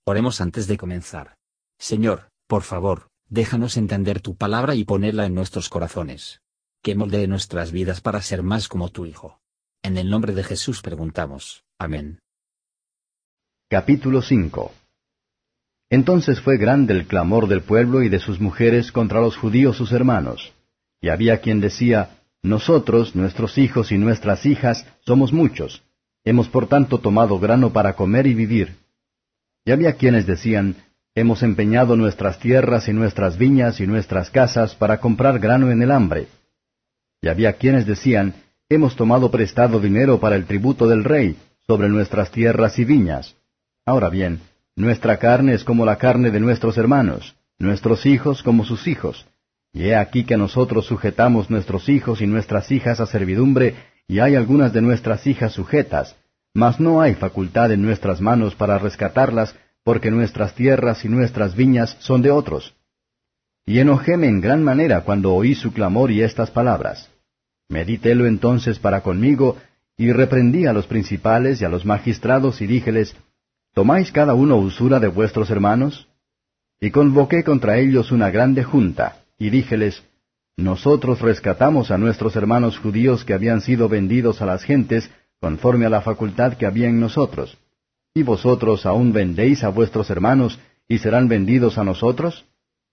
Oremos antes de comenzar. Señor, por favor, déjanos entender tu palabra y ponerla en nuestros corazones. Que moldee nuestras vidas para ser más como tu Hijo. En el nombre de Jesús preguntamos. Amén. Capítulo 5. Entonces fue grande el clamor del pueblo y de sus mujeres contra los judíos sus hermanos. Y había quien decía, Nosotros, nuestros hijos y nuestras hijas, somos muchos. Hemos por tanto tomado grano para comer y vivir. Y había quienes decían, Hemos empeñado nuestras tierras y nuestras viñas y nuestras casas para comprar grano en el hambre. Y había quienes decían, Hemos tomado prestado dinero para el tributo del rey, sobre nuestras tierras y viñas. Ahora bien, nuestra carne es como la carne de nuestros hermanos, nuestros hijos como sus hijos. Y he aquí que nosotros sujetamos nuestros hijos y nuestras hijas a servidumbre, y hay algunas de nuestras hijas sujetas, mas no hay facultad en nuestras manos para rescatarlas, porque nuestras tierras y nuestras viñas son de otros. Y enojéme en gran manera cuando oí su clamor y estas palabras. Meditélo entonces para conmigo, y reprendí a los principales y a los magistrados, y díjeles, ¿Tomáis cada uno usura de vuestros hermanos? Y convoqué contra ellos una grande junta, y díjeles, Nosotros rescatamos a nuestros hermanos judíos que habían sido vendidos a las gentes, conforme a la facultad que había en nosotros. ¿Y vosotros aún vendéis a vuestros hermanos, y serán vendidos a nosotros?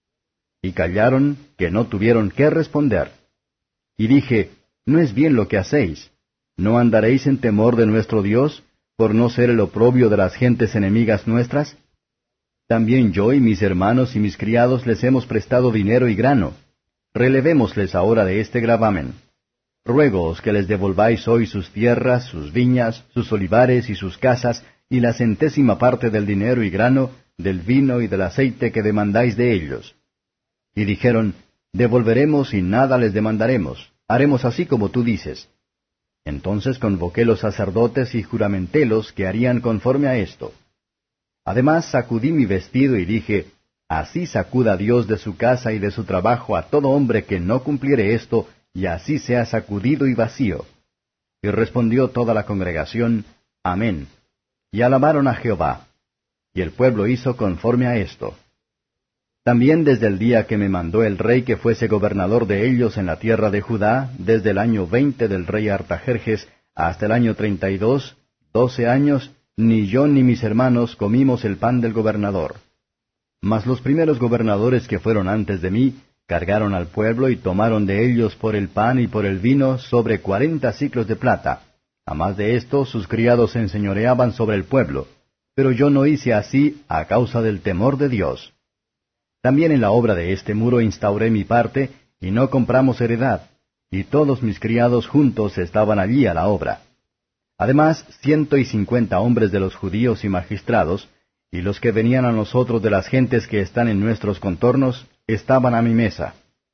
Y callaron, que no tuvieron qué responder. Y dije, No es bien lo que hacéis. ¿No andaréis en temor de nuestro Dios, por no ser el oprobio de las gentes enemigas nuestras? También yo y mis hermanos y mis criados les hemos prestado dinero y grano. Relevémosles ahora de este gravamen. Ruégoos que les devolváis hoy sus tierras, sus viñas, sus olivares y sus casas, y la 100ª parte del dinero y grano, del vino y del aceite que demandáis de ellos. Y dijeron, Devolveremos y nada les demandaremos, haremos así como tú dices. Entonces convoqué los sacerdotes y juramentélos que harían conforme a esto. Además sacudí mi vestido y dije, Así sacuda Dios de su casa y de su trabajo a todo hombre que no cumpliere esto, y así sea sacudido y vacío. Y respondió toda la congregación, Amén. Y alabaron a Jehová. Y el pueblo hizo conforme a esto. También desde el día que me mandó el rey que fuese gobernador de ellos en la tierra de Judá, desde el año 20 del rey Artajerjes hasta el año 32, 12 años, ni yo ni mis hermanos comimos el pan del gobernador. Mas los primeros gobernadores que fueron antes de mí, cargaron al pueblo y tomaron de ellos por el pan y por el vino sobre 40 siclos de plata. A más de esto, sus criados se enseñoreaban sobre el pueblo. Pero yo no hice así a causa del temor de Dios. También en la obra de este muro instauré mi parte, y no compramos heredad, y todos mis criados juntos estaban allí a la obra. Además, 150 hombres de los judíos y magistrados, y los que venían a nosotros de las gentes que están en nuestros contornos, estaban a mi mesa.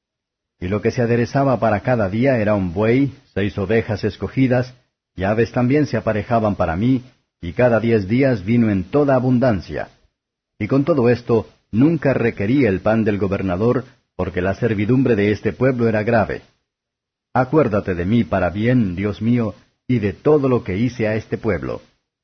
Y lo que se aderezaba para cada día era un buey, 6 ovejas escogidas, y aves también se aparejaban para mí, y cada 10 días vino en toda abundancia. Y con todo esto, nunca requería el pan del gobernador, porque la servidumbre de este pueblo era grave. Acuérdate de mí para bien, Dios mío, y de todo lo que hice a este pueblo.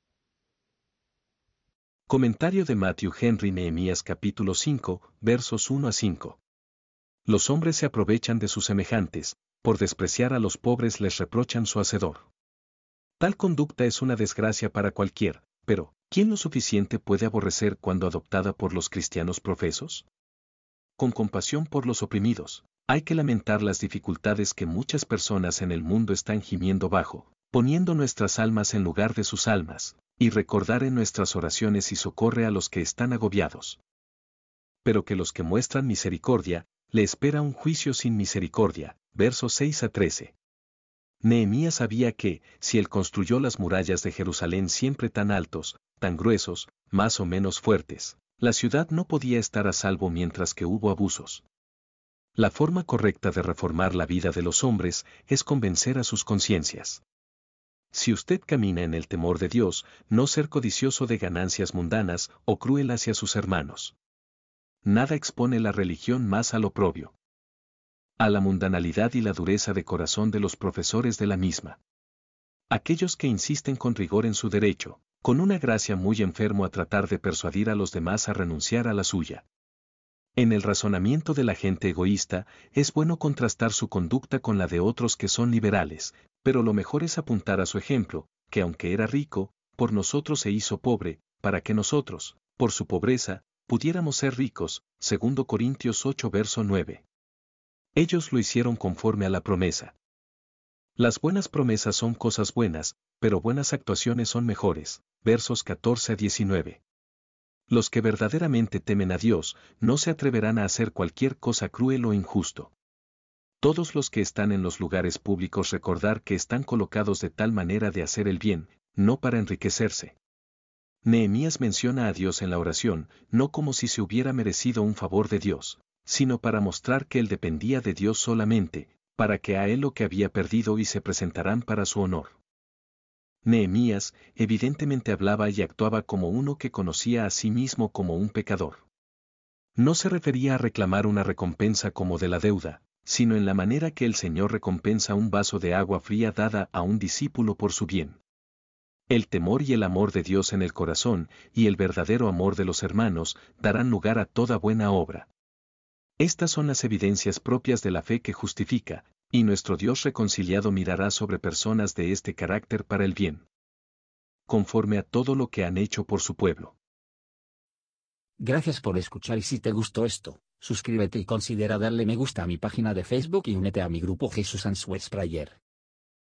Comentario de Matthew Henry Nehemías capítulo 5, versos 1 a 5. Los hombres se aprovechan de sus semejantes, por despreciar a los pobres les reprochan su hacedor. Tal conducta es una desgracia para cualquier, pero, ¿quién lo suficiente puede aborrecer cuando adoptada por los cristianos profesos? Con compasión por los oprimidos, hay que lamentar las dificultades que muchas personas en el mundo están gimiendo bajo, poniendo nuestras almas en lugar de sus almas, y recordar en nuestras oraciones y socorre a los que están agobiados. Pero que los que muestran misericordia, le espera un juicio sin misericordia, versos 6 a 13. Nehemías sabía que, si él construyó las murallas de Jerusalén siempre tan altos, tan gruesos, más o menos fuertes, la ciudad no podía estar a salvo mientras que hubo abusos. La forma correcta de reformar la vida de los hombres es convencer a sus conciencias. Si usted camina en el temor de Dios, no ser codicioso de ganancias mundanas o cruel hacia sus hermanos. Nada expone la religión más al oprobio, a la mundanalidad y la dureza de corazón de los profesores de la misma. Aquellos que insisten con rigor en su derecho, con una gracia muy enfermo a tratar de persuadir a los demás a renunciar a la suya. En el razonamiento de la gente egoísta, es bueno contrastar su conducta con la de otros que son liberales, pero lo mejor es apuntar a su ejemplo, que aunque era rico, por nosotros se hizo pobre, para que nosotros, por su pobreza, pudiéramos ser ricos, 2 Corintios 8 verso 9. Ellos lo hicieron conforme a la promesa. Las buenas promesas son cosas buenas, pero buenas actuaciones son mejores, versos 14 a 19. Los que verdaderamente temen a Dios no se atreverán a hacer cualquier cosa cruel o injusto. Todos los que están en los lugares públicos recordar que están colocados de tal manera de hacer el bien, no para enriquecerse. Nehemías menciona a Dios en la oración, no como si se hubiera merecido un favor de Dios, sino para mostrar que él dependía de Dios solamente, para que a él lo que había perdido y se presentarán para su honor. Nehemías, evidentemente hablaba y actuaba como uno que conocía a sí mismo como un pecador. No se refería a reclamar una recompensa como de la deuda, sino en la manera que el Señor recompensa un vaso de agua fría dada a un discípulo por su bien. El temor y el amor de Dios en el corazón, y el verdadero amor de los hermanos, darán lugar a toda buena obra. Estas son las evidencias propias de la fe que justifica, y nuestro Dios reconciliado mirará sobre personas de este carácter para el bien, conforme a todo lo que han hecho por su pueblo. Gracias por escuchar y si te gustó esto, suscríbete y considera darle me gusta a mi página de Facebook y únete a mi grupo Jesús Answers Prayer.